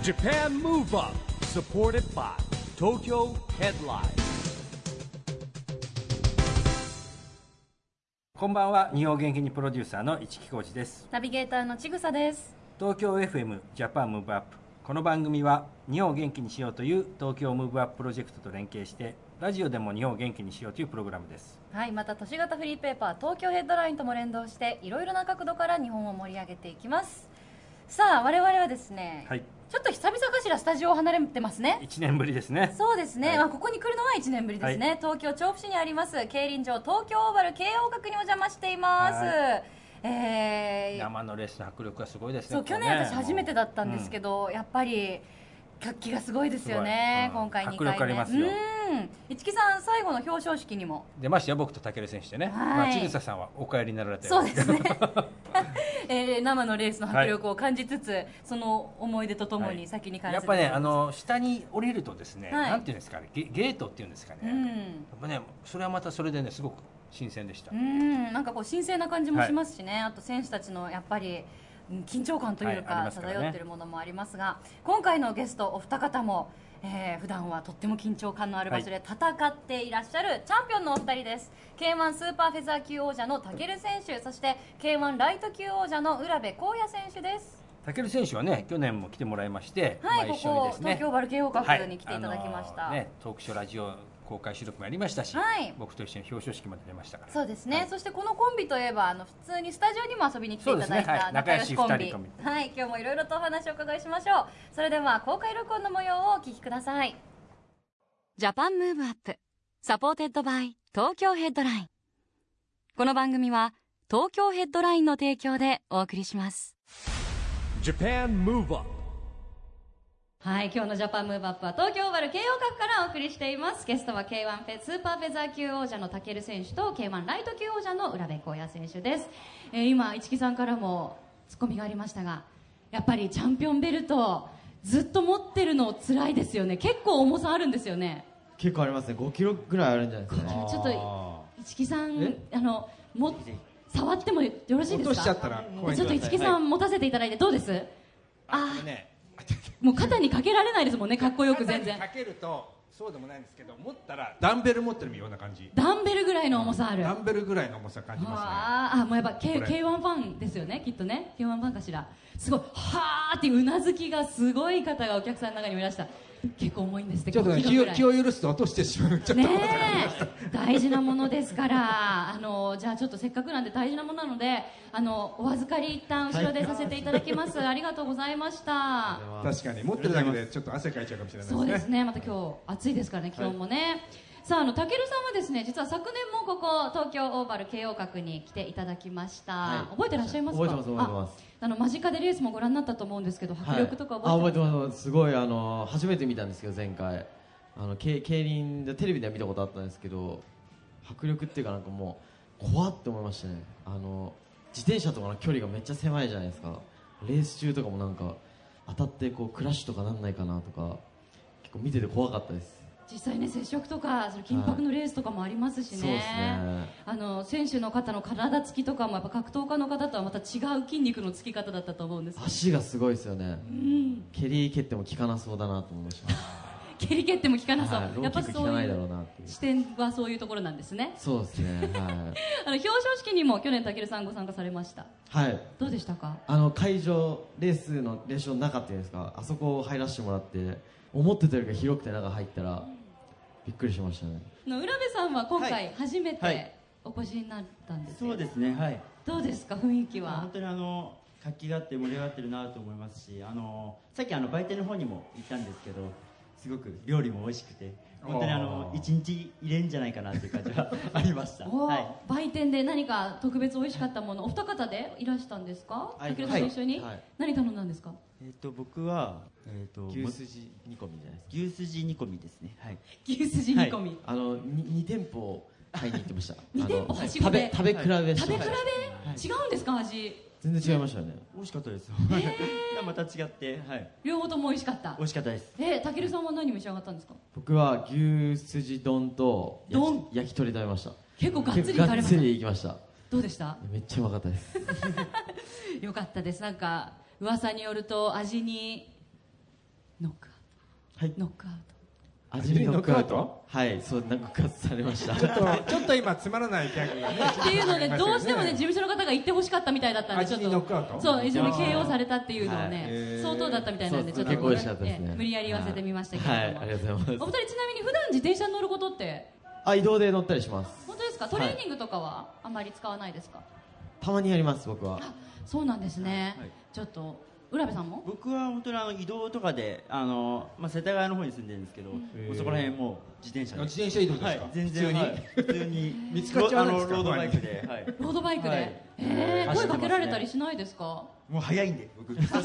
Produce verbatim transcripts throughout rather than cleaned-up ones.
Japan Move Up supported by Tokyo Headline。 こんばんは。日本元気にプロデューサーの市木浩司です。 ナビゲーターのちぐさです。 東京 エフエム ジャパンムーブアップ。この番組は日本を元気にしようという東京ムーブアッププロジェクトと連携してラジオでも日本を元気にしようというプログラムです。 はい、また都市型フリーペーパー東京ヘッドラインとも連動していろいろな角度から日本を盛り上げていきます。さあ我々はですね、 はい、 ちょっと久々かしらスタジオを離れてますね。 いちねんぶりですね。 そうですね、 はい、 まあ、ここに来るのはいちねんぶりですね、はい、東京調布市にあります競輪場東京オーバル京王閣にお邪魔しています。はい、えー、 生のレースの迫力がすごいですね。 そう、去年私初めてだったんですけど、うん、やっぱり活気がすごいですよね、うん、今回にかいめ。 迫力ありますよ。 うん、市木さん最後の表彰式にも出ましたよ、僕と武選手でね。はい、まあ、千草さんはお帰りになられて。 そうですねえー、生のレースの迫力を感じつつ、はい、その思い出とともに先に帰らせていただきます。やっぱね、あの下に降りるとですね、はい、なんていうんですかね、ゲ, ゲートっていうんですかね、うん、やっぱね、それはまたそれでね、すごく新鮮でした。 うん、なんかこう神聖な感じもしますしね、はい、あと選手たちのやっぱり緊張感というか、はい、漂っているものもありますが、今回のゲストお二方も、えー、普段はとっても緊張感のある場所で戦っていらっしゃるチャンピオンのお二人です。 ケーワン スーパーフェザー級王者の武尊選手、そして ケーワン ライト級王者の浦部浩也選手です。 武尊選手はね、去年も来てもらいまして、 はい、 まあ、 一緒にですね、ここ東京バル慶応閣に来ていただきました。 はい、あのーね、トークショーラジオ公開収録もやりましたし、はい、僕と一緒に表彰式まで出ましたから。 そうですね、はい、そしてこのコンビといえばあの普通にスタジオにも遊びに来ていただいた仲良しコンビ、はい、今日もいろいろとお話をお伺いしましょう。それでは公開録音の模様をお聞きください。ジャパンムーブアップサポーテッドバイ東京ヘッドライン。この番組は東京ヘッドラインの提供でお送りします。 Japan Move Up。はい、今日のジャパンムーブアップは東京オーバル慶応閣からお送りしています。ゲストは ケーワン フェスーパーフェザー級王者の武尊選手と ケーワン ライト級王者の浦部浩也選手です。えー、今市木さんからもツッコミがありましたが、やっぱりチャンピオンベルトずっと持ってるの辛いですよね。結構重さあるんですよね。 結構ありますね。ごキロぐらいあるんじゃないですかね。 ちょっと市木さん、あのも触ってもよろしいですか。 落としちゃったら怖い。 ちょっと市木さん、はい、持たせていただいてどうです。ああ、ね、もう肩にかけられないですもんね、かっこよく。全然かけるとそうでもないんですけど、持ったらダンベル持ってるような感じ。 ダンベルぐらいの重さある。 ダンベルぐらいの重さ感じますね。 ああ、もうやっぱ ケーワン ファンですよね、きっとね。 ケーワン ファンかしら。すごいはーっていううなずきがすごい方がお客さんの中にもいらした。結構重いんですって。 ちょっと、ね、気, を気を許すと落としてしまう。ちょっとねえ、大事なものですから。あのじゃあちょっとせっかくなんで大事なものなので、あのお預かり一旦後ろでさせていただきます、はい、ありがとうございました。 確かに持ってるだけでちょっと汗かいちゃうかもしれないですね。 そうですね、また今日暑いですからね、気温もね、はい。さあ、あの武尊さんはですね、実は昨年もここ東京オーバル慶応閣に来ていただきました、はい、覚えてらっしゃいますか。 覚えてます覚えてます。 あの間近でレースもご覧になったと思うんですけど、迫力とか覚えてますか。 はい、あ、覚えてます。すごい、あの初めて見たんですけど、前回あの競輪でテレビでは見たことあったんですけど、迫力っていうかなんかもう怖って思いましたね。あの自転車とかの距離がめっちゃ狭いじゃないですか。レース中とかもなんか当たってこうクラッシュとかなんないかなとか、結構見てて怖かったです。 実際ね、接触とかそれ緊迫のレースとかもありますしね、はい、そうですね。あの選手の方の体つきとかもやっぱ格闘家の方とはまた違う筋肉のつき方だったと思うんですけど、 足がすごいですよね、うん、蹴り蹴っても効かなそうだなと思いました蹴り蹴っても効かなそう、 はい、やっぱそういう視点はそういうところなんですね。 そうですね、はい、 あの表彰式にも去年武尊さんご参加されました。 はい。 どうでしたか。 あの会場レースの練習の中っていうんですか、あそこ入らせてもらって思ってたよりか広くて中入ったらびっくりしましたね。 の浦部さんは今回初めてお越しになったんですよ、 はい、そうですね、はい。 どうですか、雰囲気は。 本当にあの活気があって盛り上がってるなと思いますし、あのさっきあの売店の方にも行ったんですけど、すごく料理も美味しくて、本当にあの一日入れんじゃないかなっていう感じはありました、はい、 売店で何か特別美味しかったもの、お二方でいらしたんですか。武尊さんと一緒に、はい、何頼んだんですか。 えー、と僕は、えー、と牛すじ煮込みじゃないですか。 牛すじ煮込みですね、はい、 牛すじ煮込み、はい、 あの に, に店舗買いに行ってましたに店舗はしごで食べ比べして、はい、 食べ比べ、はい、違うんですか、味。 全然違いましたね。 美味しかったです。 えー、 また違って、はい、 両方とも美味しかった。 美味しかったです。 えー、武尊さんは何召し上がったんですか。 僕は牛すじ丼と焼き、焼き鳥食べました。 結構がっつり行かれました。 がっつり行きました。 どうでした。 めっちゃうまかったですよかったです。なんか噂によると味にノックアウト、 はい、 ノックアウト、 味にノックアウト、はい、そうノックアウトされました。 ちょっとちょっと今つまらないギャグがねっていうのでどうしてもね事務所の方が言ってほしかったみたいだったんで、ちょっ味にノックアウト、 とそう一緒に ケーオー されたっていうのをね、 はい相当だったみたいなんで、ちょっと結構美味しかったですね、 無理やり言わせてみましたけれども、 はい、ありがとうございます。 お二人ちなみに普段自転車に乗ることってあ、移動で乗ったりします。 本当ですか？トレーニングとかはあまり使わないですか？ たまにやります僕は。 あ、そうなんですね、 はい、 ちょっと浦部さんも？ 僕は本当にあの移動とかであの、まあ、世田谷の方に住んでるんですけど、もうそこら辺もう自転車で、 自転車移動ですか、 はい、全然普通に、 はい、普通に見つかっちゃうんですか？ ロードバイクで、はい、 ロードバイクで、 はい、 えー、 走ってますね声かけられたりしないですか？ もう早いんで僕さす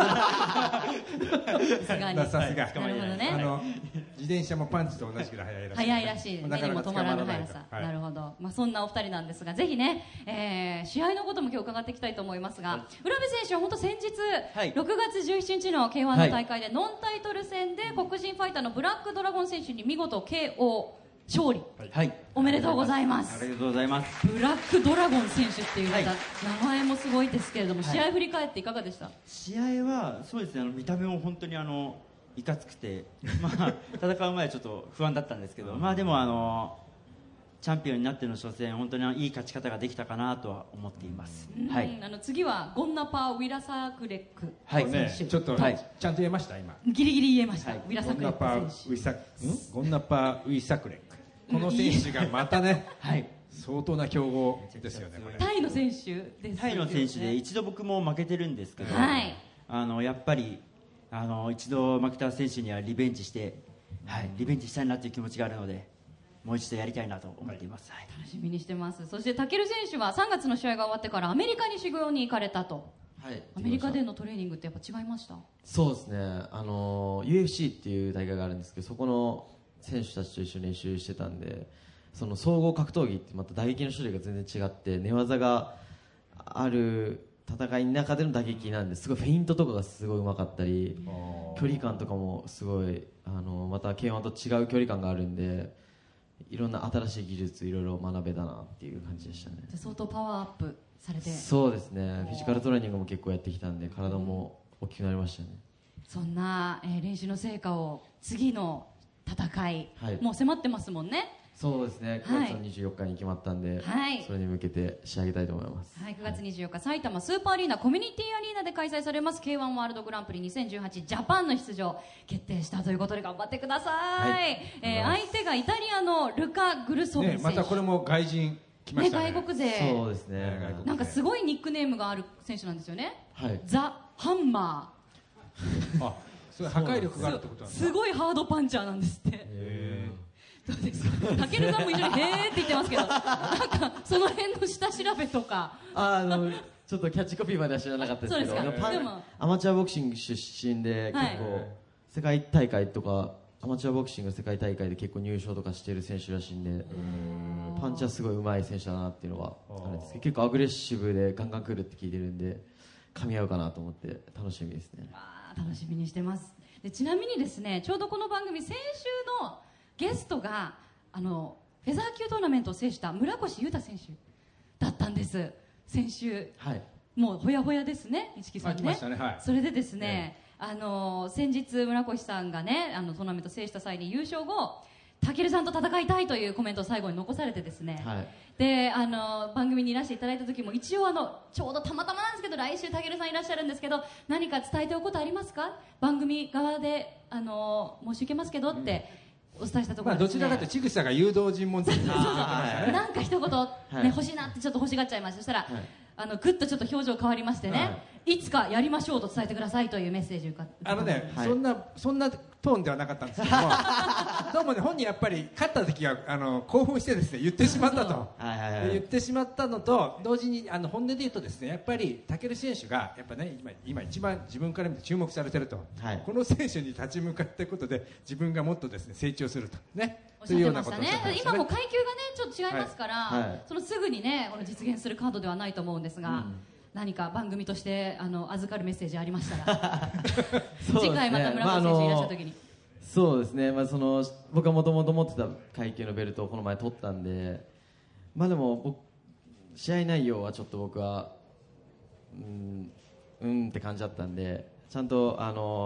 がにさすが、 なるほどね、 あの自転車もパンチと同じくらい速いらしい、 速いらしい、目にも止まらぬ速さ、 はい、 なるほど、まあ、そんなお二人なんですが、ぜひね、えー、試合のことも今日伺っていきたいと思いますが、はい、浦部選手は本当先日、はい、ろくがつじゅうしちにちの ケーワン の大会でノンタイトル戦で黒人ファイターのブラックドラゴン選手に見事 ケーオー 勝利、 はい、 おめでとうございます。 ありがとうございます。 ブラックドラゴン選手っていう方、はい、名前もすごいですけれども、 はい、 試合振り返っていかがでした？ 試合はそうですね、あの見た目も本当にあのいかつくて、まあ、戦う前はちょっと不安だったんですけど、まあでもあのチャンピオンになっての初戦、本当にいい勝ち方ができたかなとは思っています。はい、 あの次はゴンナパー・ウィラサークレック選手、 はいね、ちょっと、はい、ちゃんと言えました今？ ギリギリ言えました、はい、ウィラサゴンナクレック選手、 パーウィサゴンナパーウィサクレック、この選手がまたね、はい、相当な強豪ですよね。これタイの選手ですよね。 タイの選手で一度僕も負けてるんですけど、 はい、 あのやっぱりあの一度負けた選手にはリベンジして、はい、リベンジしたいなという気持ちがあるので、もう一度やりたいなと思っています、はい、 楽しみにしてます。そしてタケル選手はさんがつの試合が終わってからアメリカに修行に行かれたと、はい、アメリカでのトレーニングってやっぱ違いました？ そうですね、あの ユーエフシー っていう大会があるんですけど、そこの選手たちと一緒に練習してたんで、その総合格闘技ってまた打撃の種類が全然違って、寝技がある戦いの中での打撃なんで、すごいフェイントとかがすごいうまかったり、距離感とかもすごいあのまた ケーワン と違う距離感があるんで、いろんな新しい技術いろいろ学べたなっていう感じでしたね。 相当パワーアップされて？ そうですね、フィジカルトレーニングも結構やってきたんで、体も大きくなりましたね。 そんな、えー、練習の成果を次の戦い、はい、もう迫ってますもんね。 そうですね、くがつのにじゅうよっかに決まったんで、はい、それに向けて仕上げたいと思います。 はい、くがつにじゅうよっか、埼玉スーパーアリーナコミュニティアリーナで開催されます ケーワン ワールドグランプリにせんじゅうはちジャパンの出場決定したということで、頑張ってください。はい、えー、相手がイタリアのルカ・グルソビ選手、 ね、またこれも外人来ましたね。 ね、外国勢、 そうですね、 なんかすごいニックネームがある選手なんですよね。 はい、 ザ・ハンマーあ、それ破壊力があるってことなんですか？ すごいハードパンチャーなんですって。へー、どうですか？たけるさんも一緒にへーって言ってますけど、なんかその辺の下調べとか。 ああのちょっとキャッチコピーまでは知らなかったですけど、でもアマチュアボクシング出身で、結構、はい、世界大会とかアマチュアボクシング世界大会で結構入賞とかしている選手らしいんで、パンチはすごい上手い選手だなっていうのはあるんですけど、結構アグレッシブでガンガン来るって聞いてるんで、噛み合うかなと思って楽しみですね。 あ、楽しみにしてます。でちなみにですね、ちょうどこの番組先週のゲストがあのフェザー級トーナメントを制した村越裕太選手だったんです。先週、はい、もうほやほやですね、一木さんね。 ね、はい、 それでですね、えー、あの先日村越さんがね、あのトーナメントを制した際に優勝後、たけるさんと戦いたいというコメントを最後に残されてですね、はい、であの番組にいらしていただいた時も一応あのちょうどたまたまなんですけど、来週たけるさんいらっしゃるんですけど、何か伝えておくことありますか、番組側であの申し受けますけどって、うん、お伝えしたところですね、まあ、どちらかというと千草が誘導尋問的になんか一言、ね、はい、欲しいなってちょっと欲しがっちゃいました。そしたら、はい、あのぐっとちょっと表情変わりましてね、はい、いつかやりましょうと伝えてくださいというメッセージがあのね、はい、そんなそんなトーンではなかったんですけどもどうもね、本人やっぱり勝った時はあの興奮してですね言ってしまったと言ってしまったのと同時に、あの本音で言うとですね、やっぱり武尊選手がやっぱね、今今一番自分から見て注目されてると、はい、この選手に立ち向かっていくことで自分がもっとですね成長するとね、 そういうようなことをおっしゃってましたね。今も階級がねちょっと違いますから、はいはい、そのすぐにねこの実現するカードではないと思うんですが、うん、何か番組としてあの預かるメッセージありましたら次回また村越選手いらっしゃった時に、まあ、 そうですね、まあ、その僕はもともと持ってた階級のベルトをこの前取ったんで、まあでも僕試合内容はちょっと僕はうんうんって感じだったんで、ちゃんとあの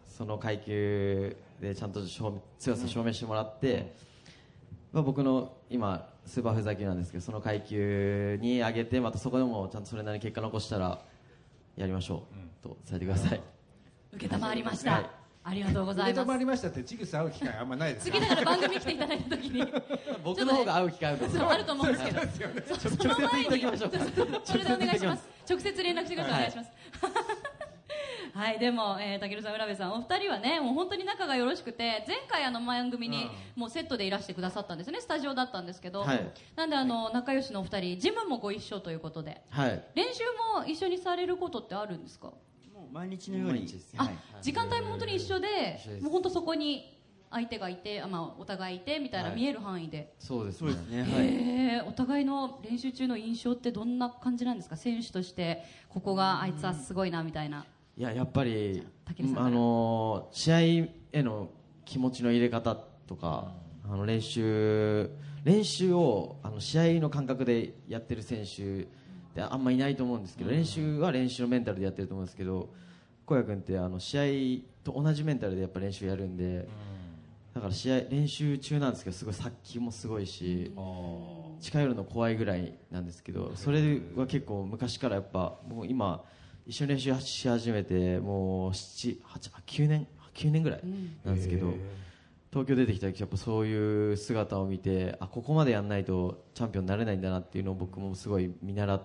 その階級でちゃんと強さ証明してもらって、まあ、僕の今スーパーフェザー級なんですけど、その階級に上げて、またそこでもちゃんとそれなりに結果残したらやりましょうと伝えてください。 受けたまわりました、はい、ありがとうございます。受けたまわりましたって、ちぐさ会う機会あんまないですか。 次だから番組来ていただいた時に僕の方が会う機会あると思う、 あると思うんですけど、 直接言っておきましょうか。 それでお願いします。直接連絡してください。お願いしますはい、でも、えー、たけるさん、浦部さん、お二人はね、もう本当に仲がよろしくて、前回あの番組にもうセットでいらしてくださったんですね、スタジオだったんですけど、はい、なんであの仲良しのお二人、ジムもご一緒ということで、はい、練習も一緒にされることってあるんですか？もう毎日のように、 あ、はい、時間帯も本当に一緒で、もう本当そこに相手がいて、まあ、お互いいてみたいな、見える範囲で、 そうですね、 へー、お互いの練習中の印象ってどんな感じなんですか？選手としてここがあいつはすごいなみたいな。 いや、やっぱりあの試合への気持ちの入れ方とか、あの練習練習をあの試合の感覚でやってる選手ってあんまいないと思うんですけど、練習は練習のメンタルでやってると思うんですけど、小谷君ってあの試合と同じメンタルでやっぱ練習やるんで、だから試合練習中なんですけど、すごい殺気もすごいし、近寄るの怖いぐらいなんですけど、それは結構昔からやっぱもう今一緒に練習し始めてもうなな、はち、きゅうねんきゅうねんぐらいなんですけど、東京出てきた時やっぱそういう姿を見て、あ、ここまでやんないとチャンピオンになれないんだなっていうのを僕もすごい見習って、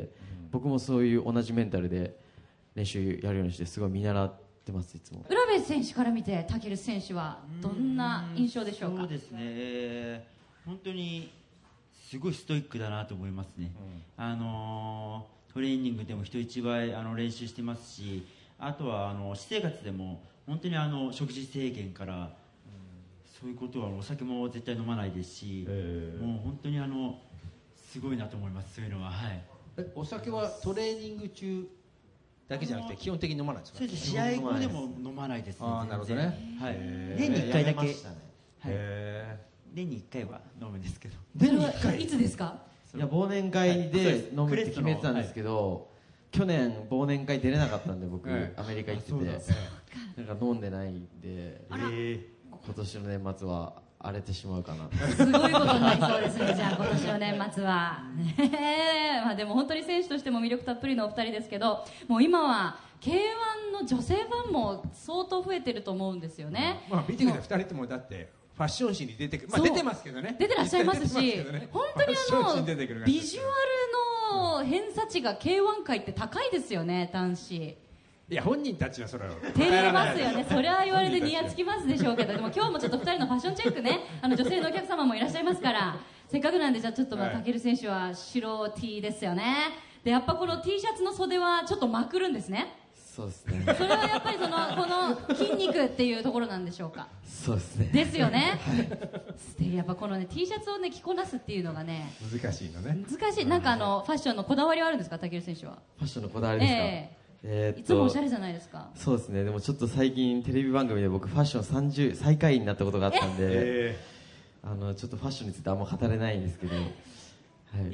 僕もそういう同じメンタルで練習やるようにして、すごい見習ってます。いつも浦部選手から見て、武選手はどんな印象でしょうか？ そうですね、えー、本当にすごいストイックだなと思いますね、うん、あのートレーニングでも人一倍あの練習してますし、あとはあの私生活でも本当にあの食事制限から、うん、そういうことはお酒も絶対飲まないですし、もう本当にあのすごいなと思います。そういうのは、はい、 え、お酒はトレーニング中だけじゃなくて基本的に飲まないですか？ そうです。試合後でも飲まないですね。 あ、なるほどね、 はい、年にいっかいだけ、ね、はい、年にいっかいは飲むんですけど。 年にいっかいいつですか？ いや、忘年会で飲むって決めてたんですけど、はい、去年忘年会出れなかったんで僕、はい、アメリカ行ってて、なんか飲んでないんで、今年の年末は荒れてしまうかな。 すごいことになりそうですね。じゃあ今年の年末はまあでも本当に選手としても魅力たっぷりのお二人ですけど、もう今は ケーワン の女性ファンも相当増えてると思うんですよね、 うん、まあ、見てください、ふたりともだってファッション誌に出てくる、まあ、出てますけどね、 出てらっしゃいますし、ね、本当にあのビジュアルの偏差値が ケーワン 界って高いですよね、男子。 いや、本人たちはそれは照れますよね。それは言われてニヤつきますでしょうけど、でも今日もちょっとふたりのファッションチェックね、あの女性のお客様もいらっしゃいますから、せっかくなんで、じゃあちょっとまあ武選手は白 T ですよね。でやっぱこの T シャツの袖はちょっとまくるんですね。 そうですね。 それはやっぱりそのこの筋肉っていうところなんでしょうか？ そうですね。 ですよね。でやっぱこのね T シャツをね着こなすっていうのがね難しいのね。 難しい。なんかあのファッションのこだわりはあるんですか、武選手は？ ファッションのこだわりですか？えーえー、いつもおしゃれじゃないですか。 そうですね。でもちょっと最近テレビ番組で僕ファッションさんじゅう最下位になったことがあったんで、えー、あのちょっとファッションについてあんま語れないんですけど、はい、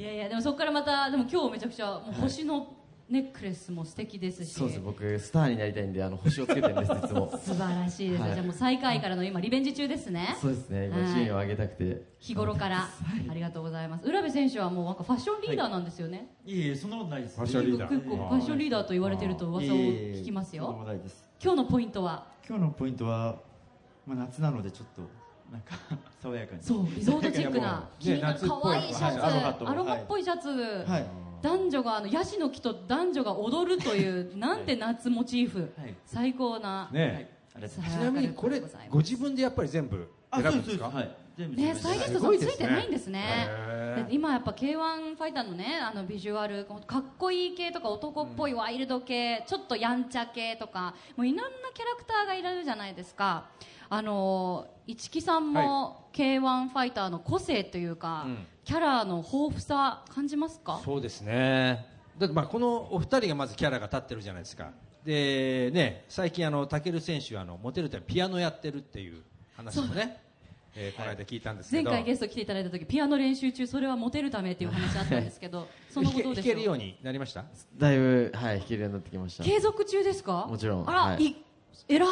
いやいやでもそこからまたでも今日めちゃくちゃもう星のネックレスも素敵ですし、 そうです。僕スターになりたいんであの星をつけてるんですいつも。 素晴らしいです、はい、じゃあもう最下位からの今リベンジ中ですね。 そうですね。今順位を上げたくて日頃から、はい、ありがとうございます。浦部選手はもうなんかファッションリーダーなんですよね。 はい、いえいえ、そんなことないです。 ファッションリーダー、 結構ファッションリーダーと言われてると噂を聞きますよ。そんなことないです。今日のポイントは？ 今日のポイントは、まあ、夏なのでちょっとなんか爽やかに、 そうリゾートチックな君の可愛いシャツ、アロハっぽいシャツ、はい、男女があのヤシの木と男女が踊るというなんて夏モチーフ、はい、最高な、 ね、はい、ちなみにこれご自分でやっぱり全部選ぶんですか？ ね、スタイリストさんついてないんですね。今やっぱ ケーワン ファイターのね、あのビジュアルかっこいい系とか男っぽいワイルド系、ちょっとやんちゃ系とかもういろんなキャラクターがいられるじゃないですか。あの市木さんも ケーワン ファイターの個性というか、うん、キャラの豊富さ感じますか？ そうですね。だってまあこのお二人がまずキャラが立ってるじゃないですか。でね、最近あの武選手はあのモテるってピアノやってるっていう話もね、えー、この間聞いたんですけど、 前回ゲスト来ていただいた時ピアノ練習中それはモテるためっていう話あったんですけどその後どうでしょう？弾けるようになりました？ だいぶ、はい、弾けるようになってきました。 継続中ですか？ もちろん。 あら、はい、い偉い。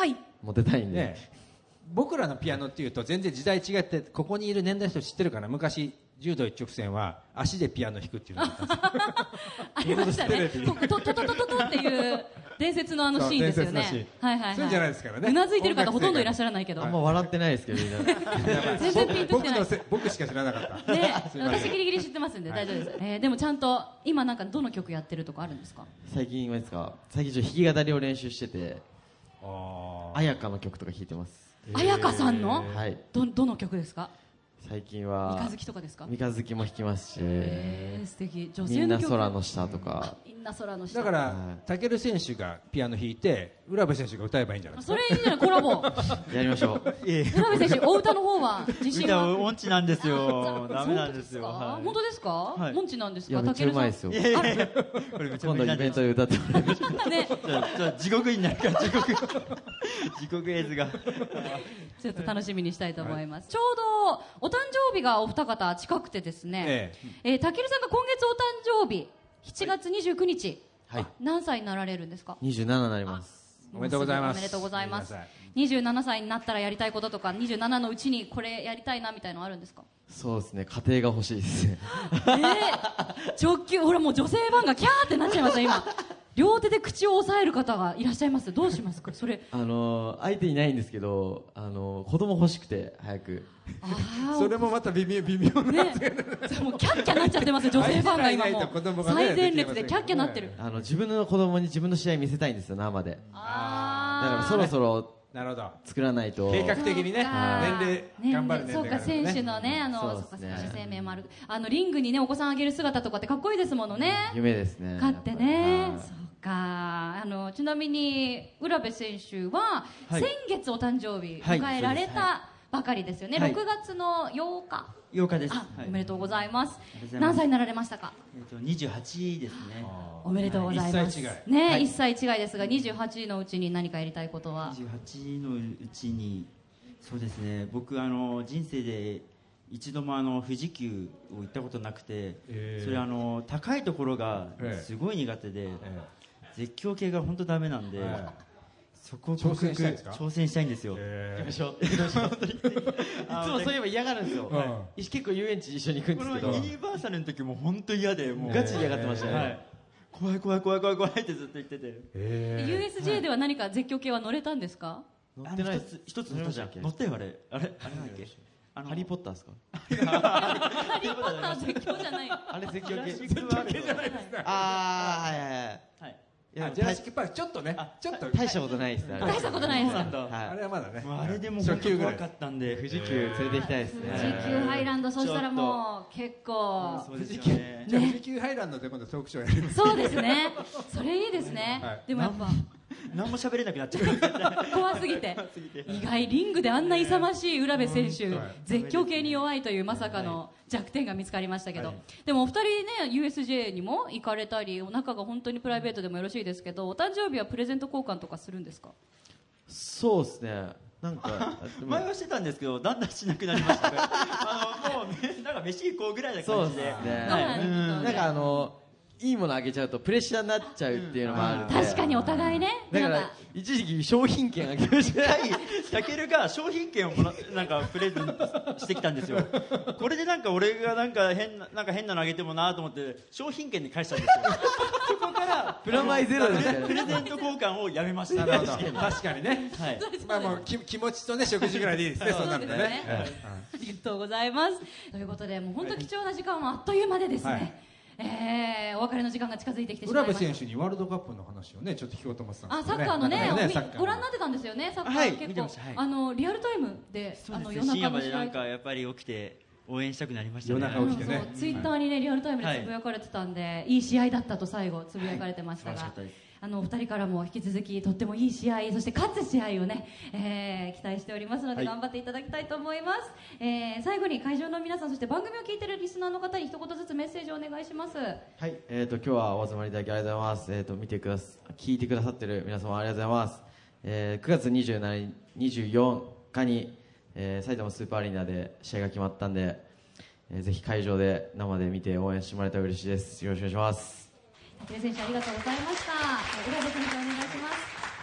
モテたいんで、 ね、僕らのピアノっていうと全然時代違って、ここにいる年代の人知ってるかな。昔柔道一直線は足でピアノ弾くっていうのがあったんですありましたね。トトトトトトっていう伝説のあのシーンですよね。はいはいはい。 そういうんじゃないですからね。 うなずいてる方ほとんどいらっしゃらないけど。 あんま笑ってないですけど。 全然ピンときてない。 僕しか知らなかった。 ね、私ギリギリ知ってますんで大丈夫です。えー、でもちゃんと今なんかどの曲やってるとかあるんですか？ 最近はですか。最近ちょっと弾き語りを練習してて、綾香の曲とか弾いてます。 綾香さんの？ はい。 どどの曲ですか？ 最近は三日月とかですか？ 三日月も弾きますし、 えー、素敵。女性の曲。 みんな空の下とか。 みんな空の下。 だからタケル選手がピアノ弾いて浦部選手が歌えばいいんじゃないですか？ それいいんじゃない？コラボやりましょう。 浦部選手、お歌の方は自信は？ 歌音痴なんですよ。ダメなんですよ。 はい、本当ですか？はい、音痴なんですか？ いやめっちゃうまいですよ。 いやいやいやこれめっちゃ今度イベントで歌ってもらいましょう。 ね。 じゃあじゃあ地獄になるから地獄地獄絵図がちょっと楽しみにしたいと思います。はい、ちょうどお誕生日がお二方近くてですね。えええー、たけるさんが今月お誕生日しちがつにじゅうくにち。はい。何歳になられるんですか？ にじゅうななになります。 おめでとうございます。 おめでとうございます。にじゅうななさいになったらやりたいこととか、にじゅうななのうちにこれやりたいなみたいなのあるんですか？ そうですね、家庭が欲しいですね。 えー、直球、ほらもう女性ファンがキャーってなっちゃいました今。両手で口を押さえる方がいらっしゃいます。どうしますかそれ？ あのー、相手いないんですけど、あのー、子供欲しくて早く。 それもまた微妙微妙な、ね、 もうキャッキャなっちゃってます女性ファンが今もう最前列でキャッキャなってる。 あの自分の子供に自分の試合見せたいんですよ生で。あだからそろそろなるほど作らないと計画的にね年齢頑張る年齢、ね、 そうか選手のねあのそうか選手生命もあるあのリングにねお子さんあげる姿とかってかっこいいですものね。 夢ですね。 勝ってね。そうかあのちなみに浦部選手は、はい、先月お誕生日迎えられた、はいばかりですよね、はい、ろくがつのようかようかです。 おめでとうございます。何歳になられましたか？ えっとにじゅうはちですね。 おめでとうございます。 いっさい違いね、はい、いっさい違いですがにじゅうはちのうちに何かやりたいことは？ にじゅうはちのうちにそうですね僕あの人生で一度もあの富士急を行ったことなくて、えー、それあの高いところがすごい苦手で、えー、絶叫系が本当ダメなんで、えーそこを挑戦したいですか？ 挑戦したいんですよ。 やりましょう。いつもそういえば嫌がるんですよ。はい、結構遊園地一緒に行くんですけど。 ユニバーサルの時も本当嫌で、もうガチで嫌がってましたね。はい、 怖い怖い怖い怖い怖いってずっと言ってて。 ユーエスジェー では何か絶叫系は乗れたんですか？ 乗ってない。 一つ一つ乗ったじゃん。乗ったよあれ。あれあれなんだっけ？ ハリーポッターですか？ ハリーポッター絶叫じゃない。 あれ絶叫系。 絶叫系じゃないですか。 ああはいはいはい。 いやジュラシックパークちょっとねちょっと大したことないですね。 大したことないですか？ あれはまだね。 あれでも本当怖かったんで富士急連れて行きたいですね。 富士急ハイランドそしたらもう結構富士急じゃあ富士急ハイランドで今度トークショーやります。 そうですね。それいいですね。でもやっぱ何も喋れなくなっちゃう怖すぎて意外リングであんな勇ましい浦部選手絶叫系に弱いというまさかの弱点が見つかりましたけど、はい、でもお二人ね ユーエスジェー にも行かれたりお仲が本当にプライベートでもよろしいですけどお誕生日はプレゼント交換とかするんですか？ そうですねなんか前はしてたんですけどだんだんしなくなりましたあのもう、ね、なんか飯行こうぐらいな感じでそうですね、はい、うんなんかあのいいものあげちゃうとプレッシャーになっちゃうっていうのもあるんで、 うん、確かにお互いねだから一時期商品券あげましたたけるが商品券をもらなんかプレゼントしてきたんですよこれでなんか俺がなんか変な、なんか変なのあげてもなと思って商品券に返したんですよそこからプラマイゼロでプレゼント交換をやめましたなるほど確かにね、 はい、 まあもう気、気持ちとね食事ぐらいでいいですねそんなのね、はい、 ありがとうございますということでもう本当貴重な時間はあっという間でですね、はいえー、お別れの時間が近づいてきてしまいました。 浦部選手にワールドカップの話をねちょっと聞こうと思ってたんですけど、ね、 あサッカーのね、ねご覧になってたんですよねサッカー、 はい、 結構、 はい、 あのリアルタイムであの夜中の深夜までなんかやっぱり起きて応援したくなりましたね。 夜中起きてね、 うん、ツイッターにねリアルタイムでつぶやかれてたんで、はい、いい試合だったと最後つぶやかれてましたが、はい、あのお二人からも引き続きとってもいい試合そして勝つ試合をね、えー、期待しておりますので、はい、頑張っていただきたいと思います、えー、最後に会場の皆さんそして番組を聞いているリスナーの方に一言ずつメッセージをお願いします。 はい、えーと今日はお集まりいただきありがとうございます。えーと見てくださ聞いてくださってる皆様ありがとうございます。えー、くがつにじゅうよっかに、えー、埼玉スーパーアリーナで試合が決まったんで、えー、ぜひ会場で生で見て応援してもらえたら嬉しいです。よろしくお願いします。 武尊選手ありがとうございました。浦部選手お願いします。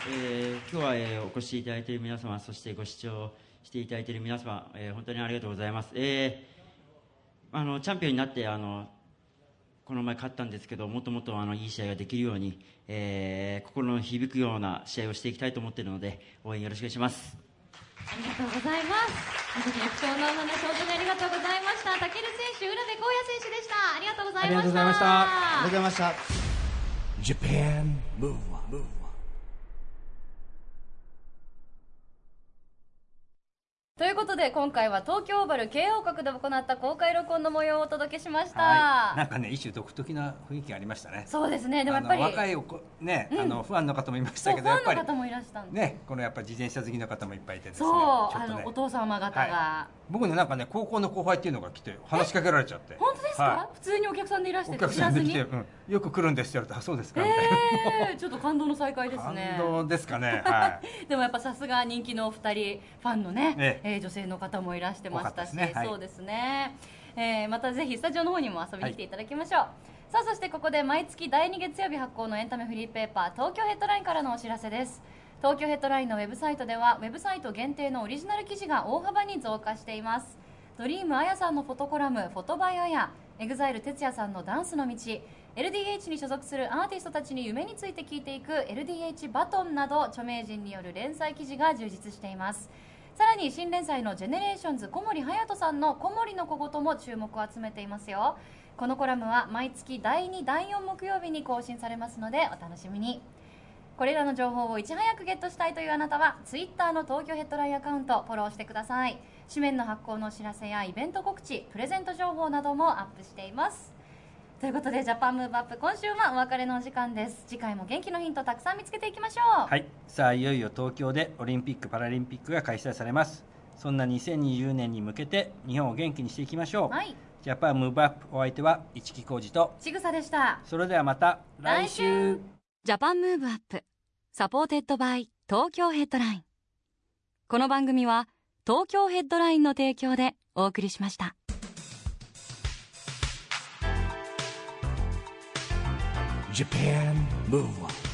えー、今日は、えー、お越しいただいている皆様、そしてご視聴していただいている皆様、えー、本当にありがとうございます。えー、あのチャンピオンになってあのこの前勝ったんですけど、もっともっとあのいい試合ができるように、えー、心の響くような試合をしていきたいと思っているので、応援よろしくお願いします。 ありがとうございます。本当に貴重なお話、本当にありがとうございました。武尊選手、浦部浩也選手でした。ありがとうございました。ありがとうございました。 ありがとうございました。 Japan Move Up。 ということで今回は東京オーバル慶応閣で行った公開録音の模様をお届けしました。 はい、なんかね一種独特な雰囲気がありましたね。 そうですね。でもやっぱり若いお子ね、うん、あのファンの方もいましたけど、 やっぱりファンの方もいらしたんでね、このやっぱり自転車好きの方もいっぱいいてですね。 そう、 ね、 あのお父様方が、はい、 僕ねなんかね高校の後輩っていうのが来て話しかけられちゃって。 本当ですか？はい、普通にお客さんでいらしてお客さんで来て、うん、よく来るんですって言われて、あそうですかみたいな。 えー、ちょっと感動の再会ですね。 感動ですかね。はい。 でもやっぱさすが人気のお二人ファンのね、 ええー、女性の方もいらしてましたし、 ねはい、 そうですね、えー、またぜひスタジオの方にも遊びに来ていただきましょう。はい、さあそしてここで毎月だいに月曜日発行のエンタメフリーペーパー東京ヘッドラインからのお知らせです。東京ヘッドラインのウェブサイトではウェブサイト限定のオリジナル記事が大幅に増加しています。ドリームあやさんのフォトコラムフォトバイあや、エグザイル哲也さんのダンスの道、エルディーエイチ に所属するアーティストたちに夢について聞いていく エルディーエイチ バトンなど著名人による連載記事が充実しています。さらに新連載のジェネレーションズ小森隼人さんの小森の小言も注目を集めていますよ。このコラムは毎月だいにだいよん木曜日に更新されますのでお楽しみに。これらの情報をいち早くゲットしたいというあなたはツイッターの東京ヘッドラインアカウントフォローしてください。紙面の発行のお知らせやイベント告知、プレゼント情報などもアップしています。ということでジャパンムーブアップ、今週はお別れのお時間です。次回も元気のヒントたくさん見つけていきましょう。 はい、さあいよいよ東京でオリンピック・パラリンピックが開催されます。そんなにせんにじゅうねんに向けて日本を元気にしていきましょう。はい、ジャパンムーブアップ、お相手は市木浩二とちぐさでした。 それではまた来週。 ジャパンムーブアップサポーテッドバイ東京ヘッドライン。この番組は東京ヘッドラインの提供でお送りしました。 Japan Move Up。